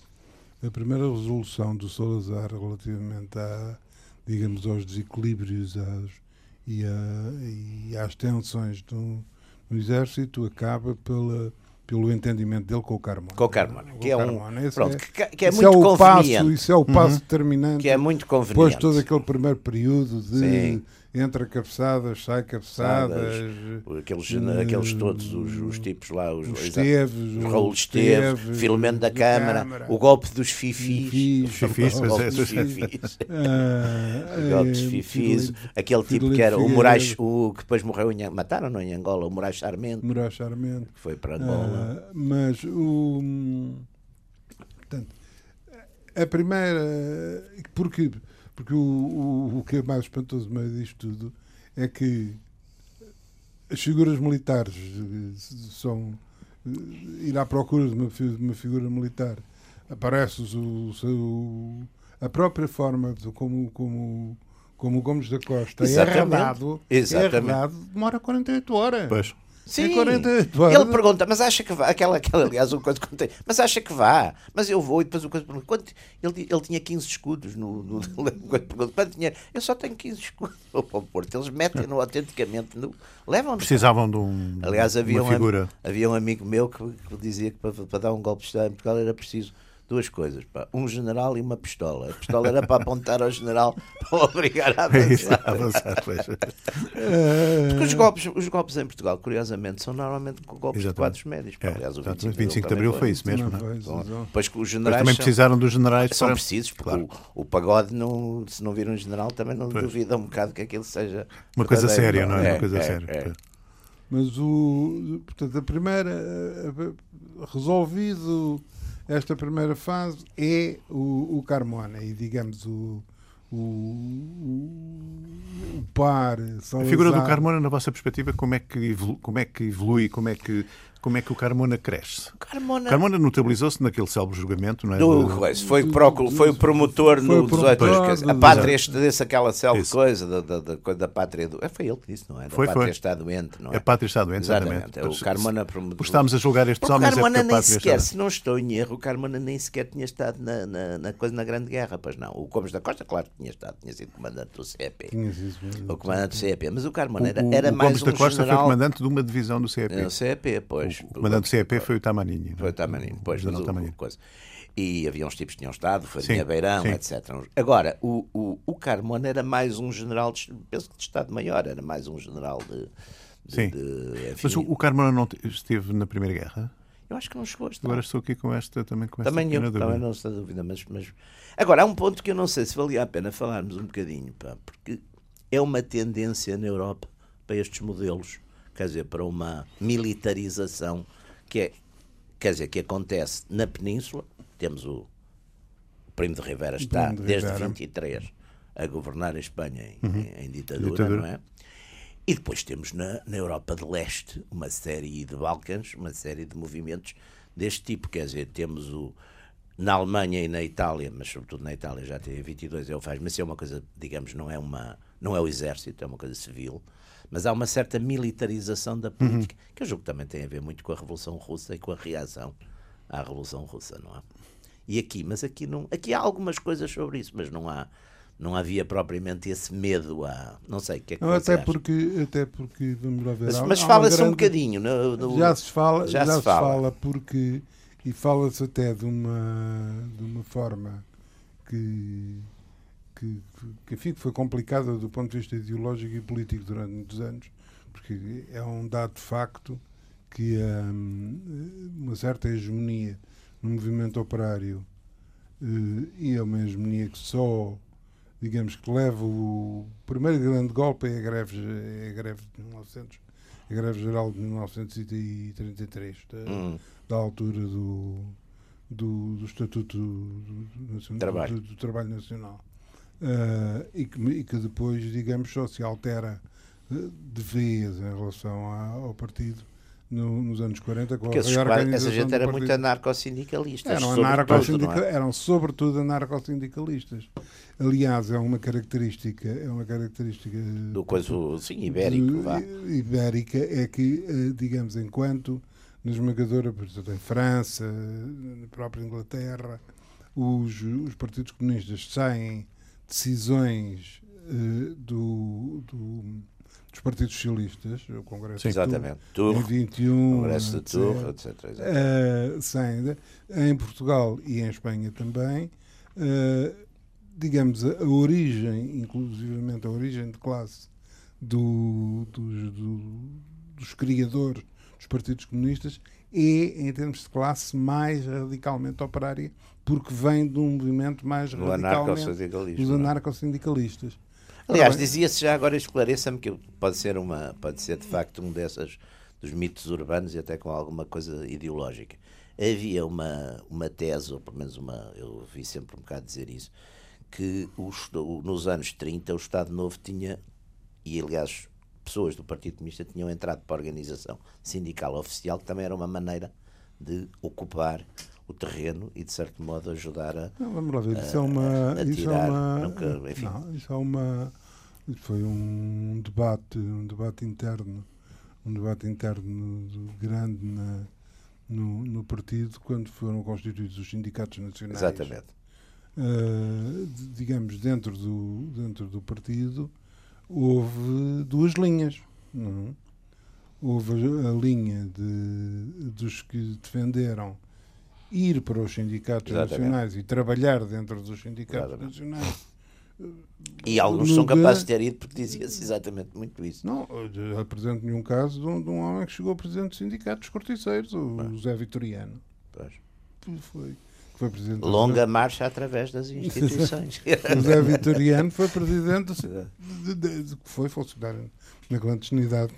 A primeira resolução do Salazar relativamente a, digamos, aos desequilíbrios às, e, a, e às tensões do, no Exército acaba pela, pelo entendimento dele com o Carmona. Com o Carmona, que é Carmona. um pronto, é, que, que é muito é o conveniente. Passo, isso é o passo uhum. determinante. Que é muito conveniente. Depois todo aquele primeiro período de Sim. entra cabeçadas, sai cabeçadas, aqueles, uh, aqueles todos os, os tipos lá, os, os Esteves, o Raul Esteves, Filomeno da Câmara, Câmara, o golpe dos fifis, fifis, fifis, o golpe dos fifis, o golpe dos fifis, aquele tipo que era o Moraes, o que depois morreu em mataram não em Angola, o Moraes Sarmento, Moraes Sarmento, que foi para Angola. Uh, mas o portanto, a primeira porque Porque o, o, o que é mais espantoso no meio disto tudo é que as figuras militares são ir à procura de uma, de uma figura militar aparece o, o, a própria forma de como, como, como o Gomes da Costa Exatamente. é arredado, Exatamente. é arredado, demora quarenta e oito horas. Pois. Sim, quarenta e oito horas. ele pergunta, mas acha que vá? Aquela, aquela aliás, uma coisa que contei, mas acha que vá? Mas eu vou, e depois o coisa pergunta, ele, ele tinha quinze escudos no, no, no quanto dinheiro? Eu só tenho quinze escudos para o Porto. Eles metem-no autenticamente, no, levam-no. Precisavam de, um, aliás, havia uma um, figura. havia um amigo meu que, que dizia que para, para dar um golpe de Estado em Portugal era preciso duas coisas, pá, um general e uma pistola. A pistola era para apontar ao general para o obrigar a avançar. avançar pois. Porque os golpes, os golpes em Portugal, curiosamente, são normalmente golpes Exatamente. de quadros médios. É, aliás, o exatamente. vinte e cinco de Abril foi isso mesmo. Não? Bom, depois que os Mas generais também são, precisaram dos generais são para... precisos, porque Claro. o, o pagode, não, se não vir um general, também não Pois. duvida um bocado que aquilo seja Uma coisa verdadeiro, séria, não é? é Uma coisa é, séria. é. Mas o, portanto, a primeira, a- a- resolvido esta primeira fase é o, o Carmona e, digamos, o, o, o, o par A figura do Carmona, na vossa perspectiva, como é que evolui, como é que, evolui, como é que, como é que o Carmona cresce? Carmona, Carmona notabilizou-se naquele célebre julgamento, não é? do, Do- foi, pro, foi o promotor Foi no o promotor dezoito, quer dizer, a do- pátria desse aquela célebre Isso. coisa da, da, da, coisa da pátria do, é, foi ele que disse, não é? Da Foi, pátria foi. está doente, não é? A pátria está doente, exatamente. Exatamente, é o Carmona promotor. Por estarmos a julgar estes Porque o homens é Carmona porque a nem pátria sequer, está... se não estou em erro, o Carmona nem sequer tinha estado na, na, na coisa na Grande Guerra, pois não. O Gomes da Costa, claro que tinha estado, tinha sido comandante do C E P. Tinha sido mesmo. O comandante do C E P, mas o Carmona era, O, era o mais Gomes da um Costa general... foi comandante de uma divisão do C E P. No C E P, pois. O comandante do C E P foi o Tamaninho. Foi o Tamaninho, pois, mas o, Tamaninho. coisa. E havia uns tipos que tinham estado, Farinha Sim, Beirão, sim. etcétera. Agora, o, o, o Carmona era mais um general, de, penso que de Estado-Maior, era mais um general de... de, Sim. de enfim, Mas o, o Carmona não te- esteve na Primeira Guerra? eu acho que não chegou a estar. Agora estou aqui com esta, também com esta Também eu, pequena também dúvida. não estou a dúvida, mas, mas... Agora, há um ponto que eu não sei se valia a pena falarmos um bocadinho, pá, porque é uma tendência na Europa para estes modelos, quer dizer, para uma militarização que é, quer dizer, que acontece na Península. Temos o, o Primo de Rivera está Primo de desde Rivera. vinte e três a governar a Espanha em, Uhum. em, em ditadura, Ditadura. não é? E depois temos na, na Europa de Leste uma série de Balcãs, uma série de movimentos deste tipo, quer dizer, temos o na Alemanha e na Itália, mas sobretudo na Itália já tem vinte e dois é o faz, mas isso é uma coisa, digamos, não é uma não é o exército, é uma coisa civil, mas há uma certa militarização da política, uhum. que eu julgo que também tem a ver muito com a Revolução Russa e com a reação à Revolução Russa, não é? E aqui, mas aqui não, aqui há algumas coisas sobre isso, mas não há não havia propriamente esse medo a... Não sei, o que é que Não, você até acha? porque, até porque, vamos lá ver... Mas, há- mas há uma fala-se grande- um bocadinho. No, no- Já se fala, já já se se fala. fala porque... E fala-se até de uma, de uma forma que, que, que, enfim, que foi complicada do ponto de vista ideológico e político durante muitos anos, porque é um dado de facto que hum, uma certa hegemonia no movimento operário eh, e é uma hegemonia que só, digamos, que leva o primeiro grande golpe é a greve, é a greve de mil e novecentos, a greve geral de mil novecentos e trinta e três, da, Hum. da altura do, do, do Estatuto do, do, nacional- Trabalho. do- do Trabalho Nacional. Ah, e, que, e que depois, digamos, só se altera eh, de vez em relação a- ao partido no- nos anos quarenta, com Porque a esses quadros- essa reorganização gente do era partido. muito anarcossindicalista. Eram, sobretudo, anarcossindica- não é? eram sobretudo anarcossindicalistas. Aliás, é uma característica, é uma característica Do coisa, sim, ibérico, de- vá. ibérica é que, eh, digamos, enquanto na esmagadora, por exemplo, em França, na própria Inglaterra, os, os partidos comunistas saem decisões eh, do, do- dos partidos socialistas, o Congresso de Exatamente. Tours, em Turro, vinte e um, Congresso de etcétera. Turro, etcétera etcétera. Eh, saem de- em Portugal e em Espanha também, eh, digamos, a, a origem, inclusivamente a origem de classe do- dos, do- dos criadores dos partidos comunistas é, em termos de classe, mais radicalmente operária, porque vem de um movimento mais No radicalmente anarcossindicalismo. dos não é? anarcossindicalistas. Aliás, Ora bem, dizia-se já agora, esclareça-me que pode ser, uma, pode ser de facto um dessas dos mitos urbanos e até com alguma coisa ideológica. Havia uma, uma tese, ou pelo menos uma, eu ouvi sempre um bocado dizer isso, que os, nos anos trinta o Estado Novo tinha, e aliás pessoas do Partido Comunista tinham entrado para a organização sindical oficial, que também era uma maneira de ocupar o terreno e, de certo modo, ajudar a, não, vamos lá ver. a, isso é uma, a, a isso tirar. É uma, Nunca, enfim. Não, isso é uma. Isso foi um debate, um debate interno, um debate interno grande na, no, no partido quando foram constituídos os sindicatos nacionais. Exatamente. Uh, digamos, dentro do, dentro do partido houve duas linhas. Não? Houve a linha de, dos que defenderam ir para os sindicatos Exatamente. nacionais e trabalhar dentro dos sindicatos Exatamente. nacionais. E alguns são capazes de ter ido porque dizia-se exatamente muito isso. Não, eu apresento nenhum caso de um, de um homem que chegou a presidente do sindicato dos corticeiros, o pois. Zé Vitoriano. Pois. Foi, foi presidente Longa do... marcha através das instituições. O Zé Vitoriano foi presidente, de, de, de, foi funcionário na clandestinidade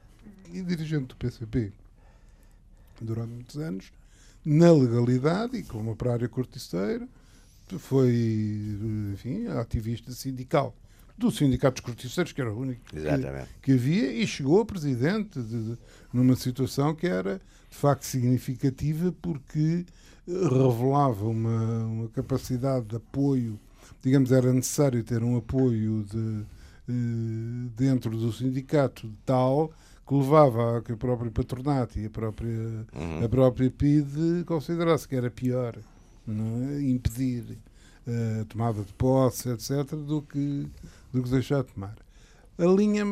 e dirigente do P C P durante muitos anos, na legalidade e como operário corticeiro. Foi, enfim, ativista sindical do Sindicato dos Corticeiros, que era o único que, que havia, e chegou a presidente de, de, numa situação que era de facto significativa porque revelava uma, uma capacidade de apoio, digamos, era necessário ter um apoio de, de, dentro do sindicato tal que levava a que o próprio patronato e a própria, uhum. a própria P I D considerasse que era pior não é? impedir a uh, tomada de posse, etcétera, do que, do que deixar de tomar. A linha,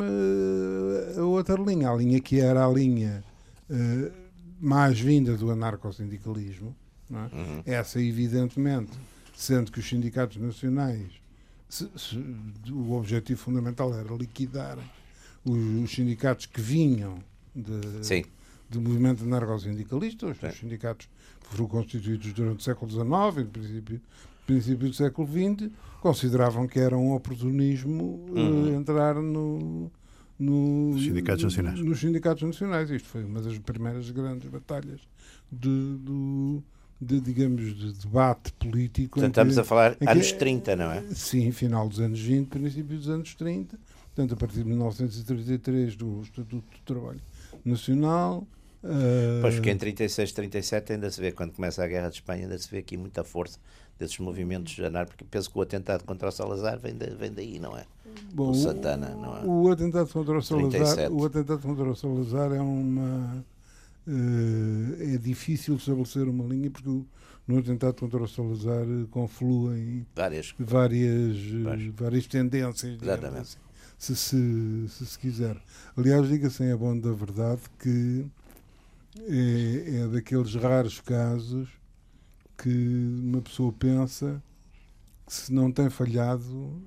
a outra linha, a linha que era a linha uh, mais vinda do anarcossindicalismo, não é? Uhum. Essa, evidentemente, sendo que os sindicatos nacionais, se, se, o objetivo fundamental era liquidar os, os sindicatos que vinham de, Sim. do movimento anarcossindicalista, os Sim. sindicatos foram constituídos durante o século dezenove e no princípio, princípio do século vinte, consideravam que era um oportunismo uhum. uh, entrar no, no, sindicatos nacionais. nos sindicatos nacionais. Isto foi uma das primeiras grandes batalhas de, de, de digamos, de debate político. Portanto, estamos que, a falar anos trinta, não é? Sim, final dos anos vinte, princípio dos anos trinta. Portanto, a partir de mil novecentos e trinta e três, do Estatuto do Trabalho Nacional. Uh... Pois, porque em trinta e seis, trinta e sete ainda se vê, quando começa a Guerra de Espanha, ainda se vê aqui muita força desses movimentos anárquicos, porque penso que o atentado contra o Salazar vem, de, vem daí, não é? Bom, o Santana, não é? O atentado contra o Salazar, o atentado contra o Salazar é uma... Uh, é difícil estabelecer uma linha, porque no atentado contra o Salazar confluem várias, várias, várias tendências, exatamente. Assim, se, se, se se quiser. Aliás, diga-se em abono da verdade que é, é daqueles raros casos que uma pessoa pensa que se não tem falhado,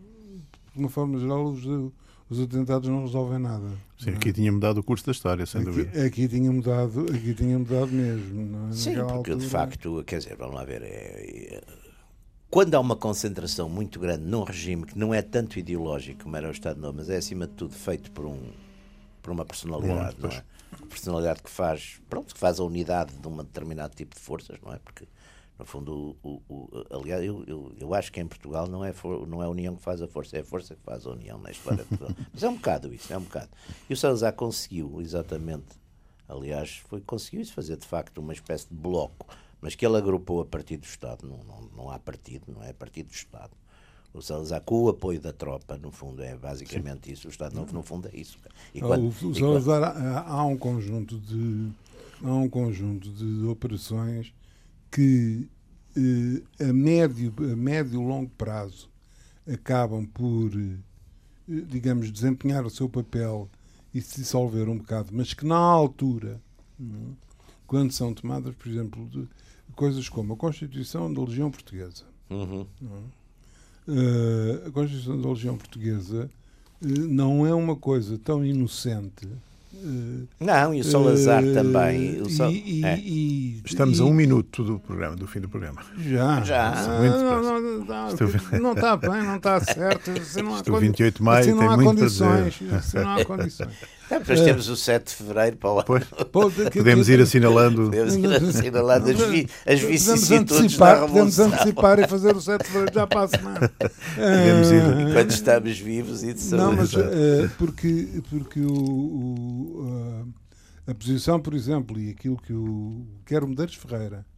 de uma forma geral, os, os atentados não resolvem nada. Sim, não é? Aqui tinha mudado o curso da história, sem aqui, dúvida. Aqui tinha mudado, aqui tinha mudado mesmo. Não é? Sim, Naquela porque altura... de facto, quer dizer, vamos lá ver, é, é, quando há uma concentração muito grande num regime que não é tanto ideológico como era o Estado Novo, mas é acima de tudo feito por, um, por uma personalidade, Bom, não é? Uma personalidade que faz, pronto, que faz a unidade de um determinado tipo de forças, não é? Porque no fundo, o, o, o, aliás, eu, eu, eu acho que em Portugal não é, for, não é a união que faz a força, é a força que faz a união na história de Portugal. Mas é um bocado isso, é um bocado. E o Salazar conseguiu, exatamente, aliás, foi, conseguiu isso, fazer de facto uma espécie de bloco, mas que ele agrupou a partir do Estado. Não, não, não há partido, não é a partir do Estado. O Salazar, com o apoio da tropa, no fundo, é basicamente Sim. isso. O Estado Novo, no fundo, é isso. E quando, o, o Salazar, quando... há, há um conjunto de há um conjunto de operações que eh, a médio a médio e longo prazo acabam por, eh, digamos, desempenhar o seu papel e se dissolver um bocado, mas que na altura, não, quando são tomadas, por exemplo, de, coisas como a Constituição da Legião Portuguesa. Uhum. Não, Uh, a Constituição da Legião Portuguesa uh, não é uma coisa tão inocente. Uh, não, e o Salazar uh, também. O Sal... e, e, é. e, Estamos e, a um minuto do programa, do fim do programa. Já. Já. Ah, não, não, não, não, não está bem, não está certo. Assim não há Estou vinte e oito de maio, assim não tem há muito condições. para dizer. Assim não há condições. É, depois uh, temos o sete de fevereiro para lá. Pois, podemos ir assinalando. Podemos ir assinalando as, vi, as vicissitudes da Revolução. Podemos antecipar e fazer o sete de fevereiro já para a semana. Podemos ir. Enquanto estamos vivos e de saúde. Não, mas uh, porque, porque o, o, uh, a posição, por exemplo, e aquilo que o quer o Medeiros Ferreira,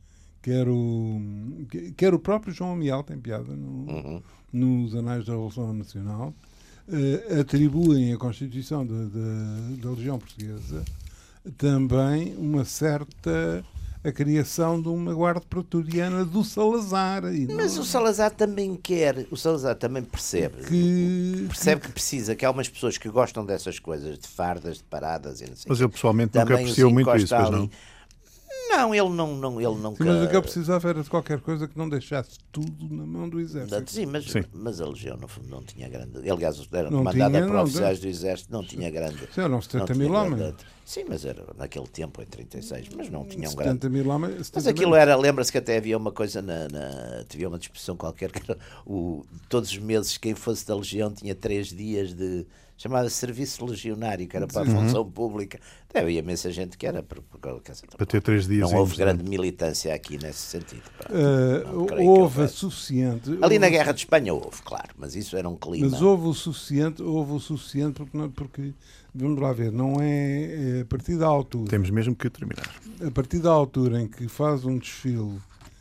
quer o, quer o próprio João Amiel, tem piada no, uhum. nos Anais da Revolução Nacional, uh, atribuem à Constituição da, da, da Legião Portuguesa também uma certa... a criação de uma guarda pretoriana do Salazar. E Mas não... o Salazar também quer, o Salazar também percebe que, percebe que... que precisa, que há umas pessoas que gostam dessas coisas, de fardas, de paradas e não sei. Mas ele pessoalmente nunca apreciou muito isso, pois não? Não, ele não, não ele nunca... Sim, mas o que eu precisava era de qualquer coisa que não deixasse tudo na mão do Exército. Sim, mas, Sim. mas a Legião no fundo não tinha grande... Aliás, era não comandada tinha, por não, oficiais não. do Exército, não tinha grande... Sim, eram setenta mil homens. Sim, mas era naquele tempo, em trinta e seis, mas não tinham um setenta grande... mil homens... Mas aquilo era, lembra-se que até havia uma coisa, na, na, havia uma disposição qualquer, que era o, todos os meses quem fosse da Legião tinha três dias de... chamada Serviço Legionário, que era para a uhum. função pública. Havia imensa gente que era para, para, para ter três dias. Não houve grande militância aqui nesse sentido. Pá. Uh, houve o suficiente. Ali houve na Guerra de Espanha houve, claro, mas isso era um clima. Mas houve o suficiente, houve o suficiente porque, não, porque vamos lá ver, não é, é a partir da altura. Temos mesmo que terminar. A partir da altura em que faz um desfile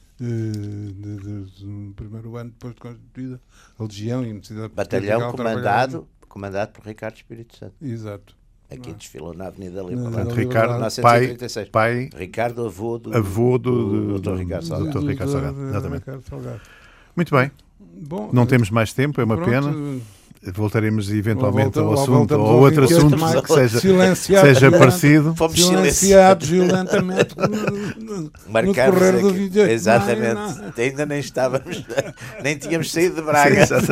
no primeiro ano depois de constituída a Legião e a Universidade de Batalhão comandado, comandado por Ricardo Espírito Santo. Exato. Aqui não. desfilou na Avenida Liberdade. Portanto, Ricardo, pai, pai, Ricardo, avô do, avô do, do, do, do, do Ricardo Salgado. doutor Ricardo Salgado. Do, do, Exatamente. Ricardo Salgado. Muito bem. Bom, não temos mais tempo, é uma pronto, pena. Voltaremos eventualmente volta, ao assunto ou outro ao assunto que seja, seja parecido. Fomos silenciados violentamente no correr do vinte e oito. Exatamente. Maio, ainda nem estávamos, nem tínhamos saído de Braga. Sim,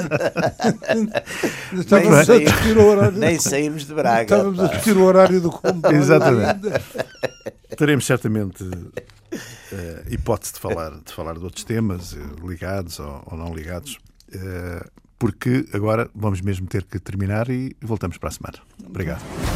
estávamos a discutir o horário. Nem saímos de Braga. Estávamos pá. a discutir o horário do comboio. Exatamente. Teremos certamente uh, hipótese de falar, de falar de outros temas, uh, ligados ou, ou não ligados. Uh, porque agora vamos mesmo ter que terminar e voltamos para a semana. Obrigado.